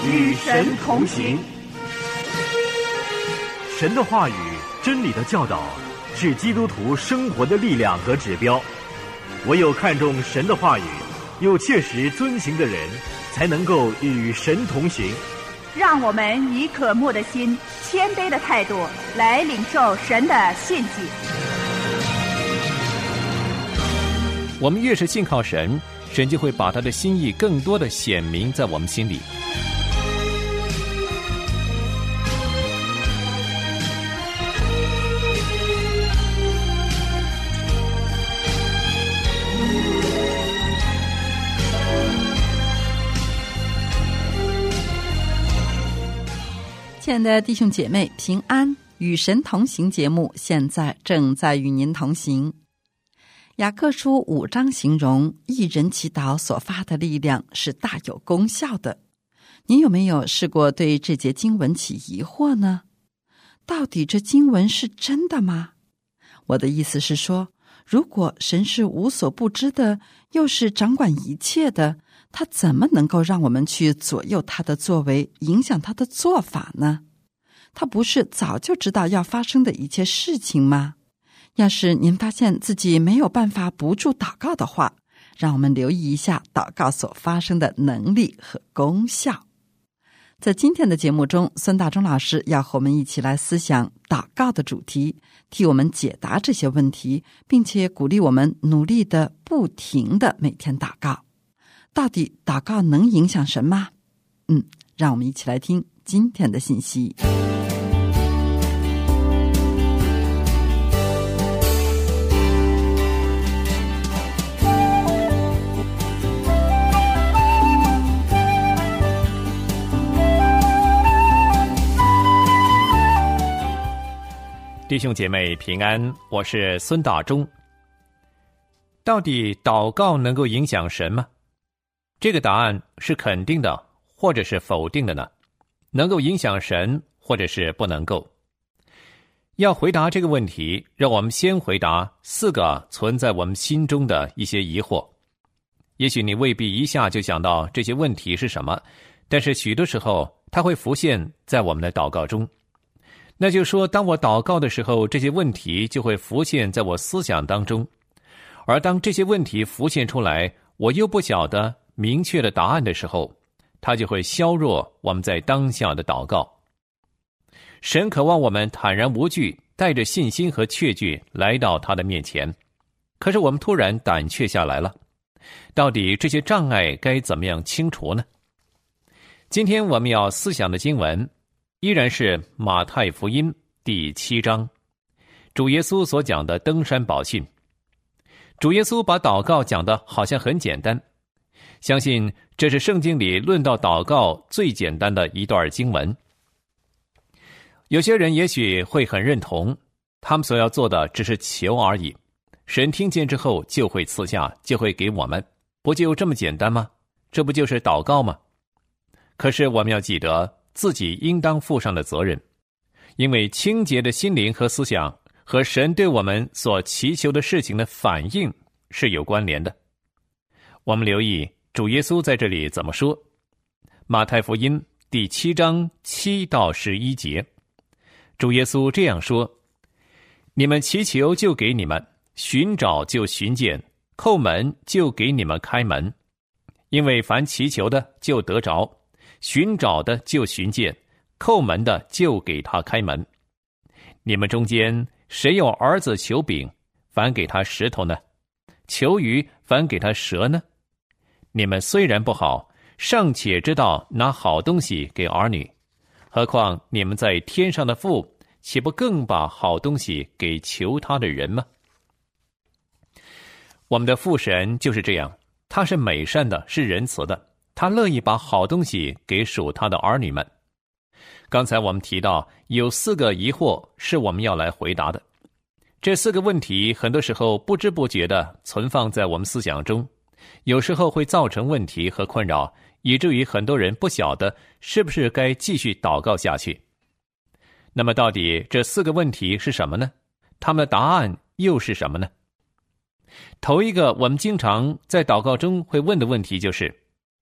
与神同行。 神的话语、真理的教导，是基督徒生活的力量和指标。唯有看重神的话语，又切实遵行的人，才能够与神同行。 让我们以渴慕的心、谦卑的态度来领受神的信息。 我们越是信靠神，神就会把他的心意更多的显明在我们心里。 亲爱的弟兄姐妹，平安，与神同行节目现在正在与您同行。雅各书5章形容义人祈祷所发的力量是大有功效的。您有没有试过对这节经文起疑惑呢？到底这经文是真的吗？我的意思是说，如果神是无所不知的，又是掌管一切的，他怎么能够让我们去左右他的作为，影响他的做法呢？他不是早就知道要发生的一切事情吗？要是您发现自己没有办法不住祷告的话，让我们留意一下祷告所发生的能力和功效。在今天的节目中，孙大中老师要和我们一起来思想祷告的主题，替我们解答这些问题，并且鼓励我们努力的、不停的每天祷告。到底祷告能影响神吗？让我们一起来听今天的信息。 弟兄姐妹平安，我是孙大中。到底祷告能够影响神吗？这个答案是肯定的，或者是否定的呢？能够影响神，或者是不能够？要回答这个问题，让我们先回答4个存在我们心中的一些疑惑。也许你未必一下就想到这些问题是什么，但是许多时候它会浮现在我们的祷告中。那就是说，当我祷告的时候，这些问题就会浮现在我思想当中，而当这些问题浮现出来，我又不晓得明确的答案的时候，它就会削弱我们在当下的祷告。神渴望我们坦然无惧，带着信心和确据来到他的面前，可是我们突然胆怯下来了。到底这些障碍该怎么样清除呢？今天我们要思想的经文依然是马太福音第7章，主耶稣所讲的登山宝训。主耶稣把祷告讲得好像很简单，相信这是圣经里论到祷告最简单的一段经文。有些人也许会很认同，他们所要做的只是求而已，神听见之后就会赐下，就会给我们，不就这么简单吗？这不就是祷告吗？可是我们要记得自己应当负上的责任，因为清洁的心灵和思想和神对我们所祈求的事情的反应是有关联的。我们留意主耶稣在这里怎么说。马太福音第7章7到11节，主耶稣这样说：你们祈求就给你们，寻找就寻见，叩门就给你们开门。因为凡祈求的就得着，寻找的就寻见，叩门的就给他开门。你们中间谁有儿子求饼，反给他石头呢？求鱼，反给他蛇呢？你们虽然不好，尚且知道拿好东西给儿女，何况你们在天上的父，岂不更把好东西给求他的人吗？我们的父神就是这样，他是美善的，是仁慈的，他乐意把好东西给属他的儿女们。刚才我们提到有4个疑惑是我们要来回答的，这4个问题很多时候不知不觉地存放在我们思想中，有时候会造成问题和困扰，以至于很多人不晓得是不是该继续祷告下去。那么到底这4个问题是什么呢？他们的答案又是什么呢？头一个我们经常在祷告中会问的问题就是，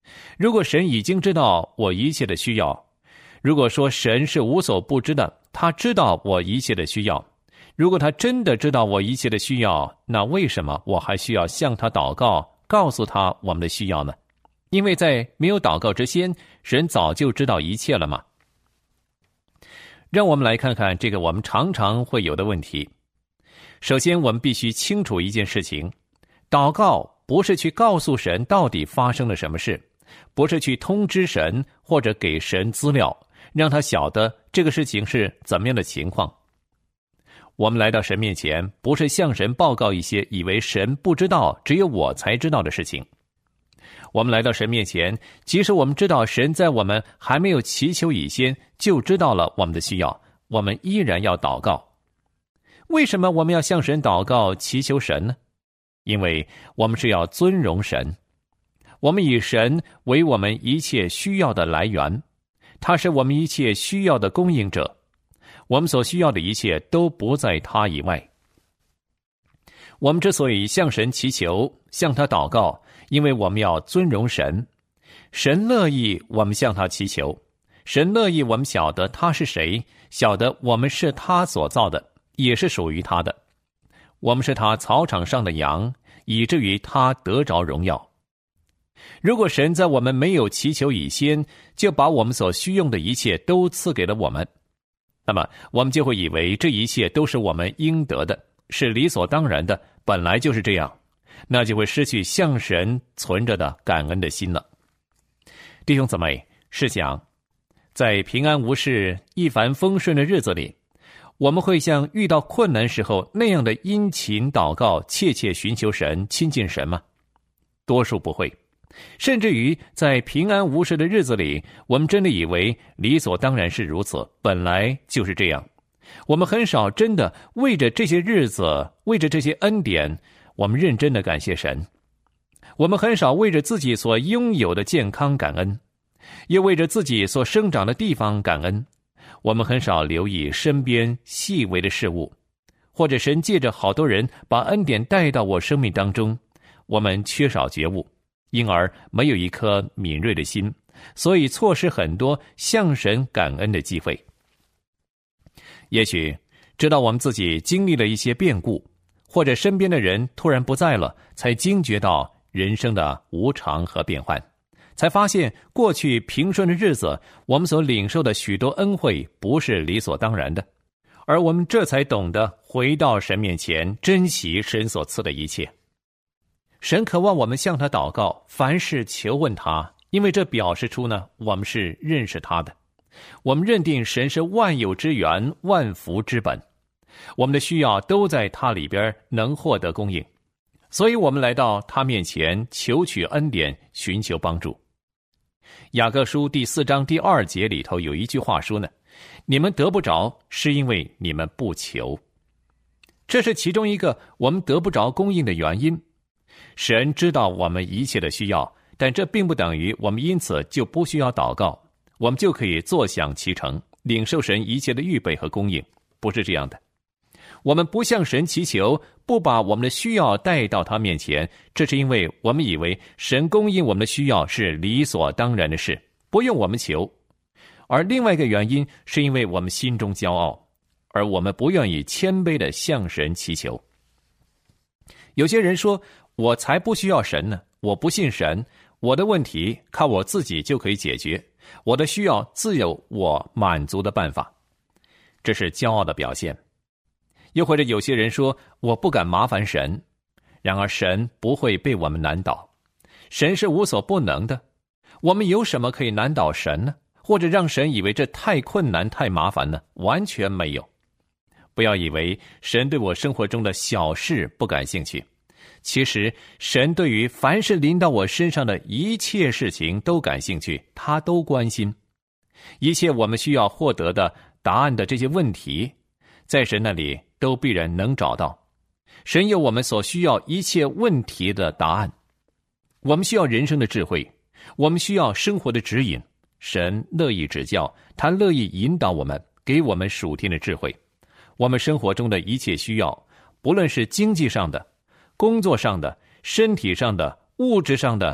如果神已经知道我一切的需要，如果说神是无所不知的，他知道我一切的需要，如果他真的知道我一切的需要，那为什么我还需要向他祷告，告诉他我们的需要呢？因为在没有祷告之前，神早就知道一切了嘛。让我们来看看这个我们常常会有的问题。首先，我们必须清楚一件事情，祷告不是去告诉神到底发生了什么事，不是去通知神或者给神资料，让他晓得这个事情是怎么样的情况。我们来到神面前，不是向神报告一些以为神不知道，只有我才知道的事情。我们来到神面前，即使我们知道神在我们还没有祈求以先就知道了我们的需要，我们依然要祷告。为什么我们要向神祷告祈求神呢？因为我们是要尊荣神，我们以神为我们一切需要的来源，他是我们一切需要的供应者，我们所需要的一切都不在他以外。我们之所以向神祈求，向他祷告，因为我们要尊荣神。神乐意我们向他祈求，神乐意我们晓得他是谁，晓得我们是他所造的，也是属于他的。我们是他草场上的羊，以至于他得着荣耀。如果神在我们没有祈求以先，就把我们所需用的一切都赐给了我们，那么我们就会以为这一切都是我们应得的，是理所当然的，本来就是这样，那就会失去向神存着的感恩的心了。弟兄姊妹，试想，在平安无事、一帆风顺的日子里，我们会像遇到困难时候那样的殷勤祷告、切切寻求神、亲近神吗？多数不会。甚至于在平安无事的日子里，我们真的以为理所当然是如此，本来就是这样。我们很少真的为着这些日子，为着这些恩典，我们认真的感谢神。我们很少为着自己所拥有的健康感恩，也为着自己所生长的地方感恩。我们很少留意身边细微的事物，或者神借着好多人把恩典带到我生命当中，我们缺少觉悟，因而没有一颗敏锐的心，所以错失很多向神感恩的机会。也许直到我们自己经历了一些变故，或者身边的人突然不在了，才惊觉到人生的无常和变幻，才发现过去平顺的日子，我们所领受的许多恩惠不是理所当然的，而我们这才懂得回到神面前，珍惜神所赐的一切。神渴望我们向他祷告，凡事求问他，因为这表示出呢，我们是认识他的。我们认定神是万有之源，万福之本，我们的需要都在他里边能获得供应，所以我们来到他面前求取恩典，寻求帮助。雅各书第4章第2节里头有一句话说呢，你们得不着，是因为你们不求。这是其中一个我们得不着供应的原因。神知道我们一切的需要，但这并不等于我们因此就不需要祷告，我们就可以坐享其成，领受神一切的预备和供应，不是这样的。我们不向神祈求，不把我们的需要带到他面前，这是因为我们以为神供应我们的需要是理所当然的事，不用我们求。而另外一个原因是因为我们心中骄傲，而我们不愿意谦卑地向神祈求。有些人说，我才不需要神呢，我不信神，我的问题靠我自己就可以解决，我的需要自有我满足的办法。这是骄傲的表现。又或者有些人说，我不敢麻烦神，然而神不会被我们难倒，神是无所不能的，我们有什么可以难倒神呢？或者让神以为这太困难太麻烦呢？完全没有。不要以为神对我生活中的小事不感兴趣，其实神对于凡是临到我身上的一切事情都感兴趣，他都关心。一切我们需要获得的答案的这些问题，在神那里都必然能找到。神有我们所需要一切问题的答案。我们需要人生的智慧，我们需要生活的指引，神乐意指教，他乐意引导我们，给我们属天的智慧。我们生活中的一切需要，不论是经济上的、工作上的、身体上的、物质上的、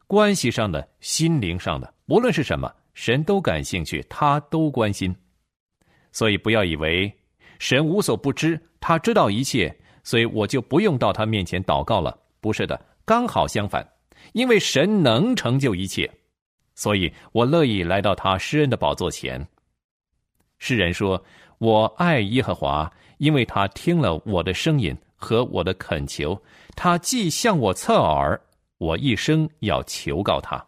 关系上的、心灵上的，无论是什么，神都感兴趣，他都关心。所以不要以为神无所不知，他知道一切，所以我就不用到他面前祷告了。不是的，刚好相反，因为神能成就一切，所以我乐意来到他施恩的宝座前。诗人说，我爱耶和华，因为他听了我的声音和我的恳求，他既向我侧耳，我一生要求告他。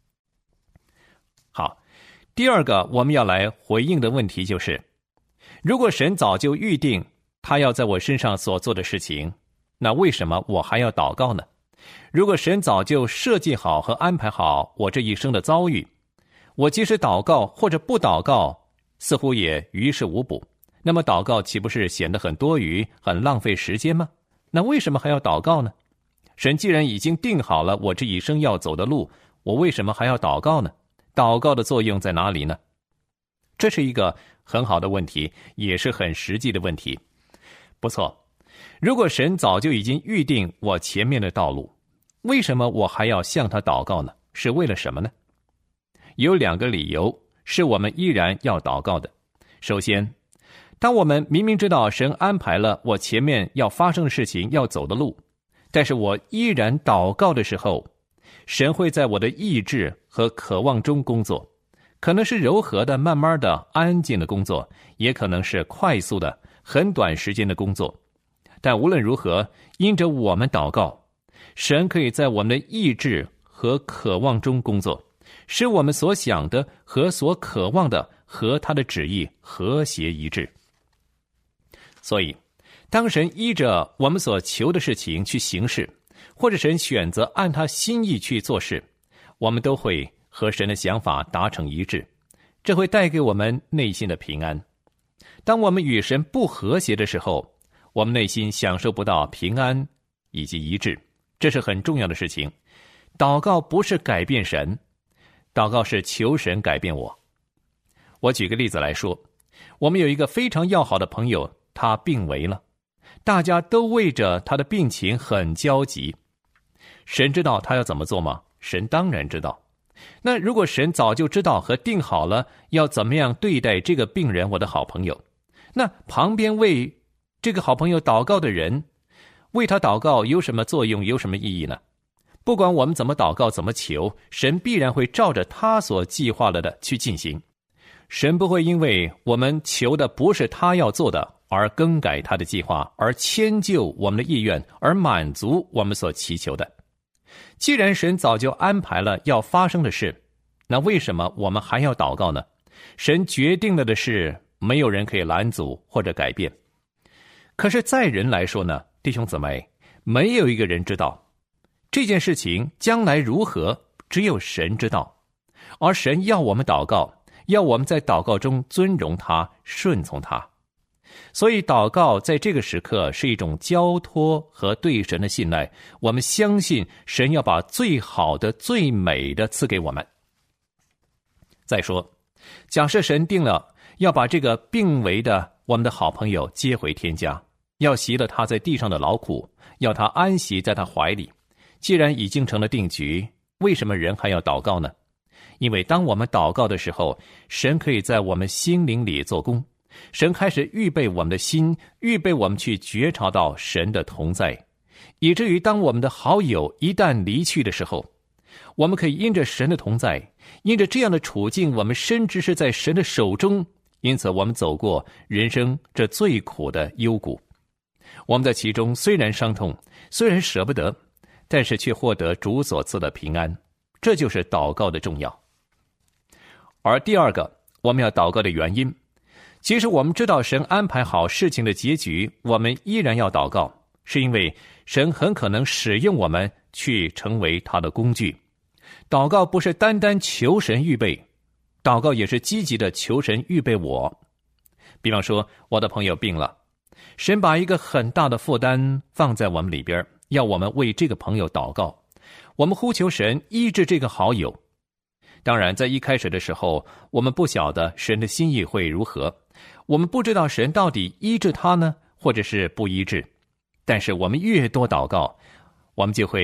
好，第二个我们要来回应的问题就是，如果神早就预定他要在我身上所做的事情，那为什么我还要祷告呢？如果神早就设计好和安排好我这一生的遭遇，我即使祷告或者不祷告，似乎也于事无补，那么祷告岂不是显得很多余、很浪费时间吗？那为什么还要祷告呢？神既然已经定好了我这一生要走的路，我为什么还要祷告呢？祷告的作用在哪里呢？这是一个很好的问题，也是很实际的问题。不错，如果神早就已经预定我前面的道路，为什么我还要向他祷告呢？是为了什么呢？有两个理由是我们依然要祷告的。首先，当我们明明知道神安排了我前面要发生的事情，要走的路，但是我依然祷告的时候，神会在我的意志和渴望中工作，可能是柔和的、慢慢的、安静的工作，也可能是快速的、很短时间的工作。但无论如何，因着我们祷告，神可以在我们的意志和渴望中工作，使我们所想的和所渴望的和他的旨意和谐一致。所以，当神依着我们所求的事情去行事，或者神选择按他心意去做事，我们都会和神的想法达成一致，这会带给我们内心的平安。当我们与神不和谐的时候，我们内心享受不到平安以及一致，这是很重要的事情。祷告不是改变神，祷告是求神改变我。我举个例子来说，我们有一个非常要好的朋友，他病危了，大家都为着他的病情很焦急。神知道他要怎么做吗？神当然知道。那如果神早就知道和定好了要怎么样对待这个病人，我的好朋友，那旁边为这个好朋友祷告的人，为他祷告有什么作用，有什么意义呢？不管我们怎么祷告，怎么求，神必然会照着他所计划了的去进行。神不会因为我们求的不是他要做的而更改他的计划，而迁就我们的意愿，而满足我们所祈求的。既然神早就安排了要发生的事，那为什么我们还要祷告呢？神决定了的事，没有人可以拦阻或者改变。可是在人来说呢，弟兄姊妹，没有一个人知道这件事情将来如何，只有神知道。而神要我们祷告，要我们在祷告中尊荣他，顺从他。所以祷告在这个时刻是一种交托和对神的信赖，我们相信神要把最好的、最美的赐给我们。再说，假设神定了要把这个病危的我们的好朋友接回天家，要习了他在地上的劳苦，要他安息在他怀里。既然已经成了定局，为什么人还要祷告呢？因为当我们祷告的时候，神可以在我们心灵里做工，神开始预备我们的心，预备我们去觉察到神的同在，以至于当我们的好友一旦离去的时候，我们可以因着神的同在，因着这样的处境，我们深知是在神的手中，因此我们走过人生这最苦的幽谷。我们在其中虽然伤痛，虽然舍不得，但是却获得主所赐的平安，这就是祷告的重要。而第二个我们要祷告的原因，其实我们知道神安排好事情的结局，我们依然要祷告，是因为神很可能使用我们去成为他的工具。祷告不是单单求神预备，祷告也是积极的求神预备我。比方说，我的朋友病了，神把一个很大的负担放在我们里边，要我们为这个朋友祷告，我们呼求神医治这个好友。当然在一开始的时候，我们不晓得神的心意会如何，我们不知道神到底医治他呢，或者是不医治。但是我们越多祷告，我们就会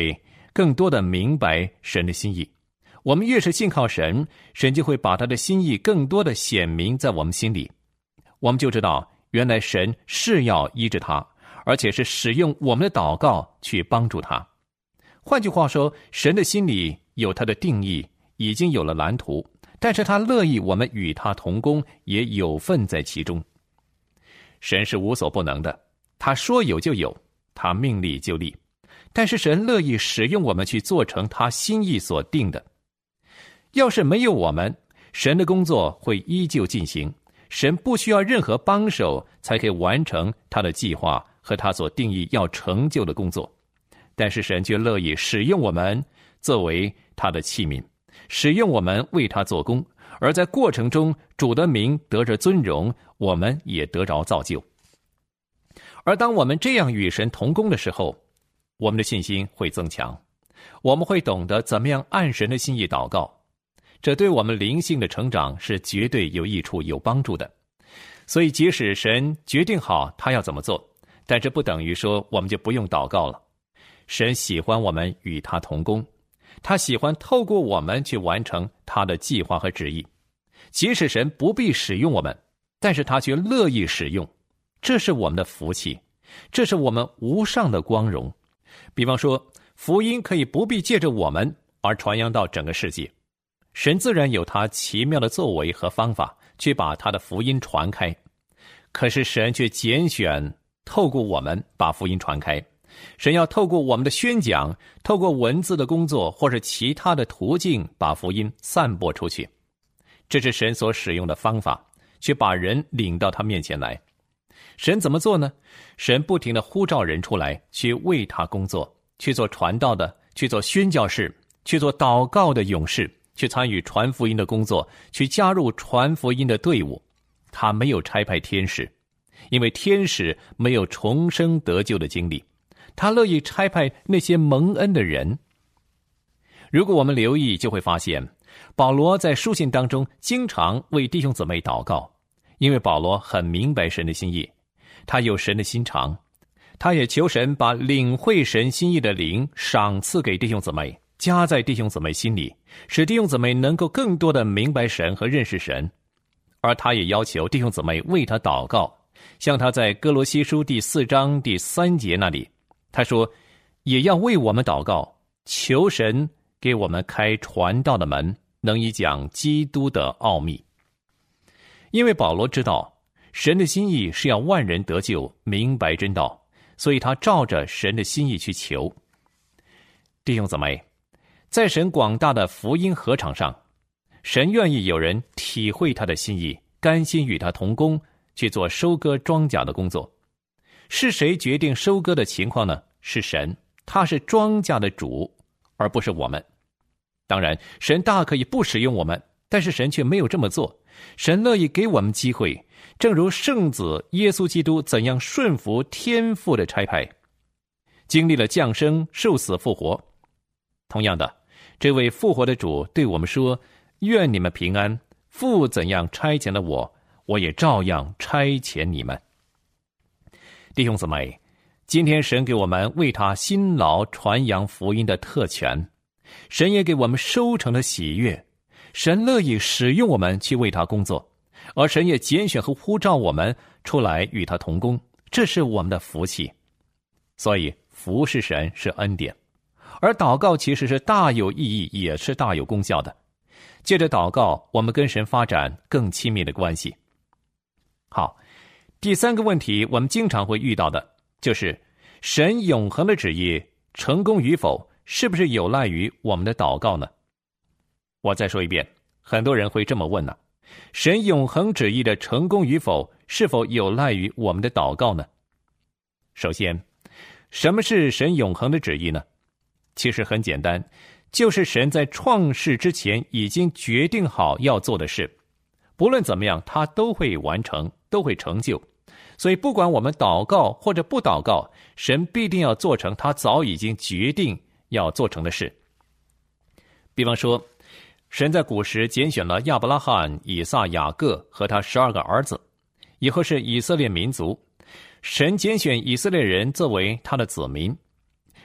更多的明白神的心意。我们越是信靠神，神就会把他的心意更多的显明在我们心里。我们就知道，原来神是要医治他，而且是使用我们的祷告去帮助他。换句话说，神的心里有他的定义，已经有了蓝图，但是他乐意我们与他同工，也有份在其中。神是无所不能的，他说有就有，他命立就立，但是神乐意使用我们去做成他心意所定的。要是没有我们，神的工作会依旧进行，神不需要任何帮手才可以完成他的计划和他所定义要成就的工作。但是神却乐意使用我们作为他的器皿，使用我们为他做工，而在过程中主的名得着尊荣，我们也得着造就。而当我们这样与神同工的时候，我们的信心会增强，我们会懂得怎么样按神的心意祷告，这对我们灵性的成长是绝对有益处有帮助的。所以即使神决定好他要怎么做，但这不等于说我们就不用祷告了。神喜欢我们与他同工，他喜欢透过我们去完成他的计划和旨意。即使神不必使用我们，但是他却乐意使用，这是我们的福气，这是我们无上的光荣。比方说，福音可以不必借着我们而传扬到整个世界，神自然有他奇妙的作为和方法去把他的福音传开。可是神却拣选透过我们把福音传开，神要透过我们的宣讲，透过文字的工作或是其他的途径把福音散播出去。这是神所使用的方法，去把人领到他面前来。神怎么做呢？神不停地呼召人出来，去为他工作，去做传道的，去做宣教士，去做祷告的勇士，去参与传福音的工作，去加入传福音的队伍。他没有差派天使，因为天使没有重生得救的经历，他乐意差派那些蒙恩的人。如果我们留意，就会发现保罗在书信当中经常为弟兄姊妹祷告，因为保罗很明白神的心意，他有神的心肠，他也求神把领会神心意的灵赏赐给弟兄姊妹，加在弟兄姊妹心里，使弟兄姊妹能够更多的明白神和认识神。而他也要求弟兄姊妹为他祷告，像他在哥罗西书第4章第3节那里，他说也要为我们祷告，求神给我们开传道的门，能以讲基督的奥秘。因为保罗知道神的心意是要万人得救，明白真道，所以他照着神的心意去求。弟兄姊妹，在神广大的福音禾场上，神愿意有人体会他的心意，甘心与他同工，去做收割庄稼的工作。是谁决定收割的情况呢？是神，他是庄稼的主，而不是我们。当然，神大可以不使用我们，但是神却没有这么做。神乐意给我们机会，正如圣子耶稣基督怎样顺服天父的差派，经历了降生、受死、复活。同样的，这位复活的主对我们说，愿你们平安，父怎样差遣了我，我也照样差遣你们。弟兄姊妹，今天神给我们为他辛劳传扬福音的特权，神也给我们收成的喜悦，神乐意使用我们去为他工作，而神也拣选和呼召我们出来与他同工，这是我们的福气。所以服侍神是恩典，而祷告其实是大有意义，也是大有功效的。借着祷告，我们跟神发展更亲密的关系。好，第3个问题我们经常会遇到的，就是神永恒的旨意成功与否，是不是有赖于我们的祷告呢？我再说一遍，很多人会这么问呢，神永恒旨意的成功与否，是否有赖于我们的祷告呢？首先，什么是神永恒的旨意呢？其实很简单，就是神在创世之前已经决定好要做的事，不论怎么样，他都会完成，都会成就。所以不管我们祷告或者不祷告，神必定要做成他早已经决定要做成的事。比方说，神在古时拣选了亚伯拉罕、以撒、雅各和他12个儿子，以后是以色列民族。神拣选以色列人作为他的子民。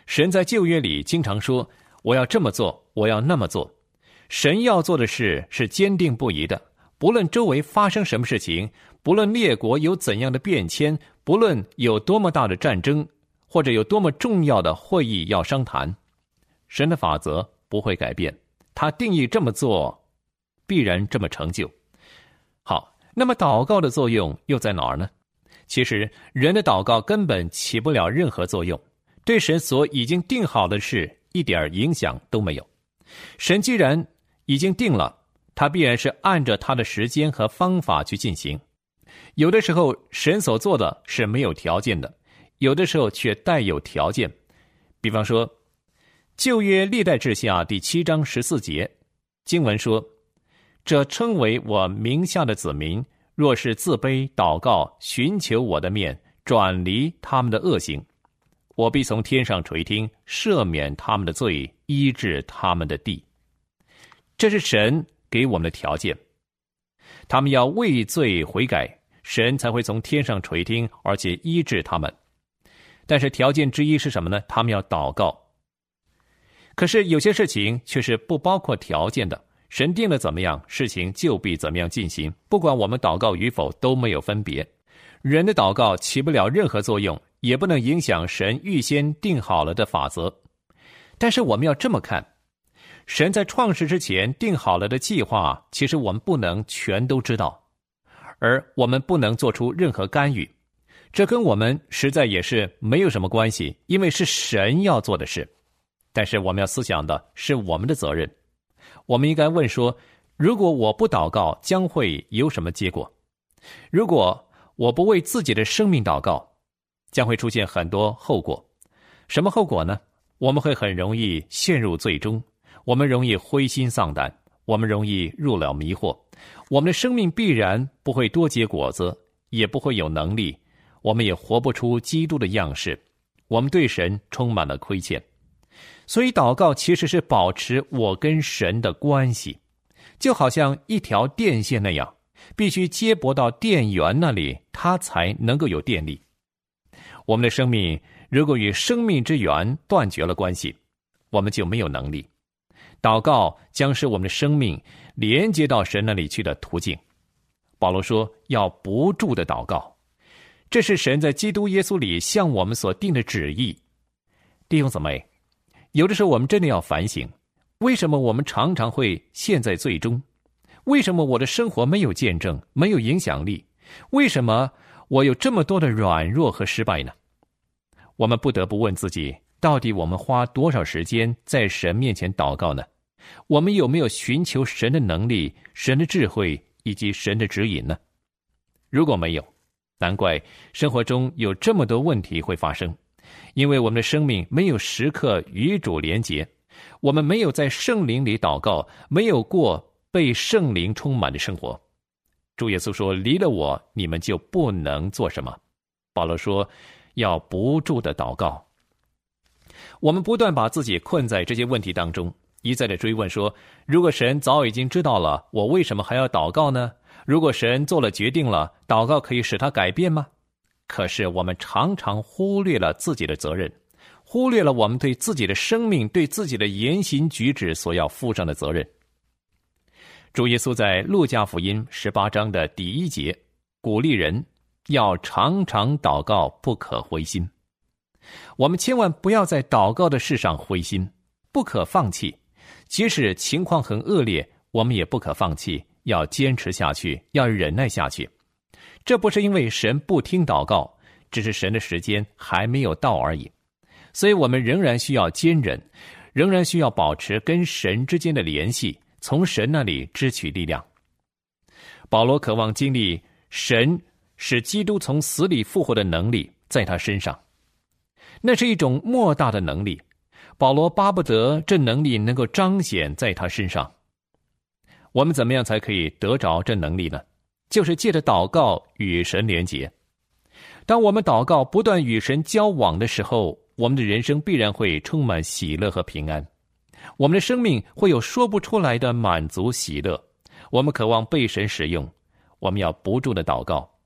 神在旧约里经常说，我要这么做，我要那么做。神要做的事是坚定不移的，不论周围发生什么事情，不论列国有怎样的变迁，不论有多么大的战争，或者有多么重要的会议要商谈，神的法则不会改变，他定义这么做，必然这么成就。好，那么祷告的作用又在哪儿呢？其实人的祷告根本起不了任何作用，对神所已经定好的事一点影响都没有。神既然已经定了，他必然是按着他的时间和方法去进行。有的时候神所做的是没有条件的，有的时候却带有条件。比方说旧约历代志下第7章14节，经文说，这称为我名下的子民，若是自卑祷告，寻求我的面，转离他们的恶行，我必从天上垂听，赦免他们的罪，医治他们的地。这是神给我们的条件，他们要为罪悔改，神才会从天上垂听，而且医治他们。但是条件之一是什么呢？他们要祷告。可是有些事情却是不包括条件的，神定了怎么样，事情就必怎么样进行，不管我们祷告与否都没有分别。人的祷告起不了任何作用，也不能影响神预先定好了的法则。但是我们要这么看，神在创世之前定好了的计划，其实我们不能全都知道，而我们不能做出任何干预，这跟我们实在也是没有什么关系，因为是神要做的事。但是我们要思想的是我们的责任，我们应该问说，如果我不祷告，将会有什么结果？如果我不为自己的生命祷告，将会出现很多后果。什么后果呢？我们会很容易陷入罪中，我们容易灰心丧胆，我们容易入了迷惑，我们的生命必然不会多结果子，也不会有能力，我们也活不出基督的样式，我们对神充满了亏欠。所以祷告其实是保持我跟神的关系，就好像一条电线那样，必须接驳到电源那里，它才能够有电力。我们的生命如果与生命之源断绝了关系，我们就没有能力。祷告将是我们的生命连接到神那里去的途径。保罗说要不住的祷告，这是神在基督耶稣里向我们所定的旨意。弟兄姊妹，有的时候我们真的要反省，为什么我们常常会陷在罪中？为什么我的生活没有见证，没有影响力？为什么我有这么多的软弱和失败呢？我们不得不问自己，到底我们花多少时间在神面前祷告呢？我们有没有寻求神的能力、神的智慧以及神的指引呢？如果没有，难怪生活中有这么多问题会发生，因为我们的生命没有时刻与主连结，我们没有在圣灵里祷告，没有过被圣灵充满的生活。主耶稣说，离了我，你们就不能做什么。保罗说，要不住的祷告。我们不断把自己困在这些问题当中，一再的追问说，如果神早已经知道了，我为什么还要祷告呢？如果神做了决定了，祷告可以使他改变吗？可是我们常常忽略了自己的责任，忽略了我们对自己的生命、对自己的言行举止所要负上的责任。主耶稣在路加福音18章的第1节鼓励人要常常祷告，不可灰心。我们千万不要在祷告的事上灰心，不可放弃，即使情况很恶劣，我们也不可放弃，要坚持下去，要忍耐下去。这不是因为神不听祷告，只是神的时间还没有到而已。所以我们仍然需要坚忍，仍然需要保持跟神之间的联系，从神那里支取力量。保罗渴望经历神使基督从死里复活的能力在他身上，那是一种莫大的能力。保罗巴不得这能力能够彰显在他身上。我们怎么样才可以得着这能力呢？就是借着祷告与神连结。当我们祷告不断与神交往的时候，我们的人生必然会充满喜乐和平安，我们的生命会有说不出来的满足喜乐。我们渴望被神使用，我们要不住的祷告。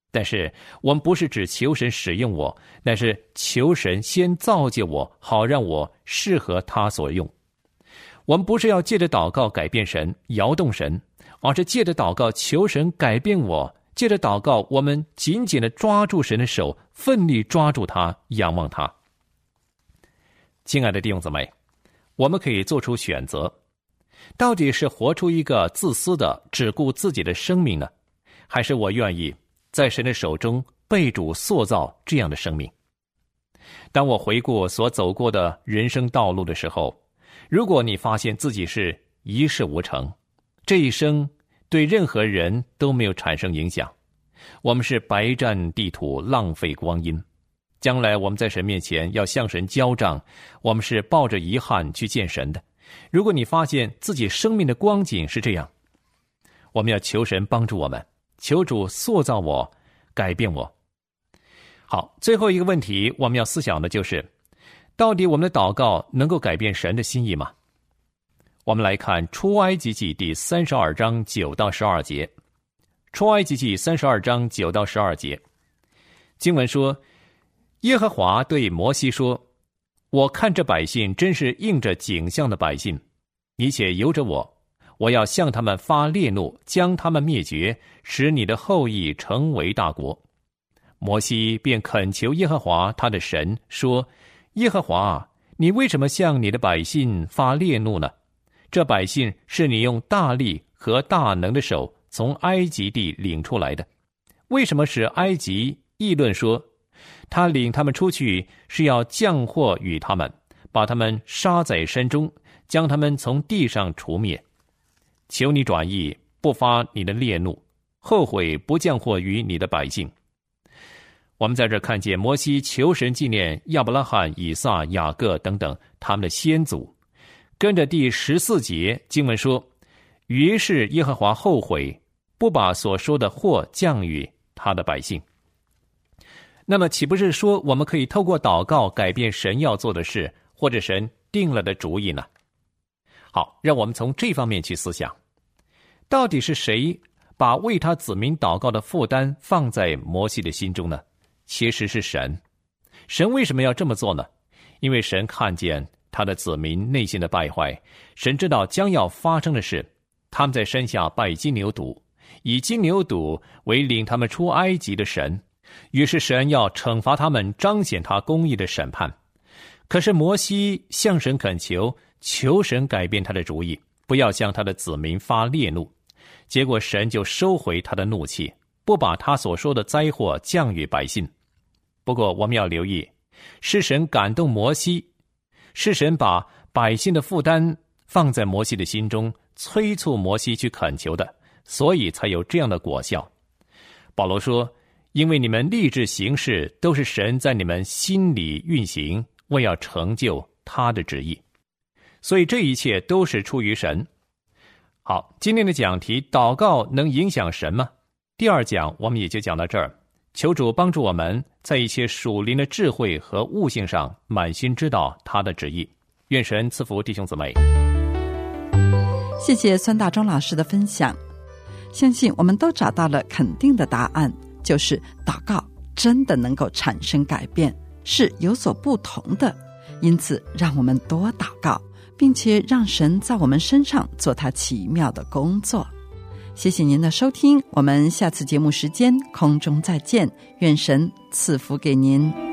但是我们不是只求神使用我，乃是求神先造就我，好让我适合他所用。我们不是要借着祷告改变神、摇动神，而是借着祷告求神改变我，借着祷告我们紧紧地抓住神的手，奋力抓住他，仰望他。亲爱的弟兄姊妹，我们可以做出选择，到底是活出一个自私的只顾自己的生命呢，还是我愿意在神的手中被主塑造这样的生命？当我回顾所走过的人生道路的时候，如果你发现自己是一事无成，这一生对任何人都没有产生影响，我们是白占地土，浪费光阴，将来我们在神面前要向神交账，我们是抱着遗憾去见神的。如果你发现自己生命的光景是这样，我们要求神帮助我们，求主塑造我，改变我。好，最后一个问题我们要思想的就是，到底我们的祷告能够改变神的心意吗？我们来看出埃及记第32章9到12节。出埃及记32章9到12节，经文说，耶和华对摩西说，我看这百姓真是应着景象的百姓，你且由着我，我要向他们发烈怒，将他们灭绝，使你的后裔成为大国。摩西便恳求耶和华他的神说，耶和华，你为什么向你的百姓发烈怒呢？这百姓是你用大力和大能的手从埃及地领出来的，为什么使埃及议论说，他领他们出去是要降祸与他们，把他们杀在山中，将他们从地上除灭？求你转意，不发你的烈怒，后悔不降祸于你的百姓。我们在这看见摩西求神纪念亚伯拉罕、以撒、雅各等等他们的先祖。跟着第14节经文说，于是耶和华后悔，不把所说的祸降于他的百姓。那么岂不是说我们可以透过祷告改变神要做的事，或者神定了的主意呢？好，让我们从这方面去思想，到底是谁把为他子民祷告的负担放在摩西的心中呢？其实是神。神为什么要这么做呢？因为神看见他的子民内心的败坏，神知道将要发生的事，他们在山下拜金牛犊，以金牛犊为领他们出埃及的神，于是神要惩罚他们，彰显他公义的审判。可是摩西向神恳求，求神改变他的主意，不要向他的子民发烈怒，结果神就收回他的怒气，不把他所说的灾祸降于百姓。不过我们要留意，是神感动摩西，是神把百姓的负担放在摩西的心中，催促摩西去恳求的，所以才有这样的果效。保罗说，因为你们立志行事，都是神在你们心里运行，为要成就他的旨意，所以这一切都是出于神。好，今天的讲题，祷告能影响神吗？第二讲我们也就讲到这儿，求主帮助我们在一些属灵的智慧和悟性上满心知道他的旨意。愿神赐福弟兄姊妹。 谢谢孙大中老师的分享，相信我们都找到了肯定的答案，就是祷告真的能够产生改变，是有所不同的。因此让我们多祷告，并且让神在我们身上做他奇妙的工作。谢谢您的收听，我们下次节目时间空中再见，愿神赐福给您。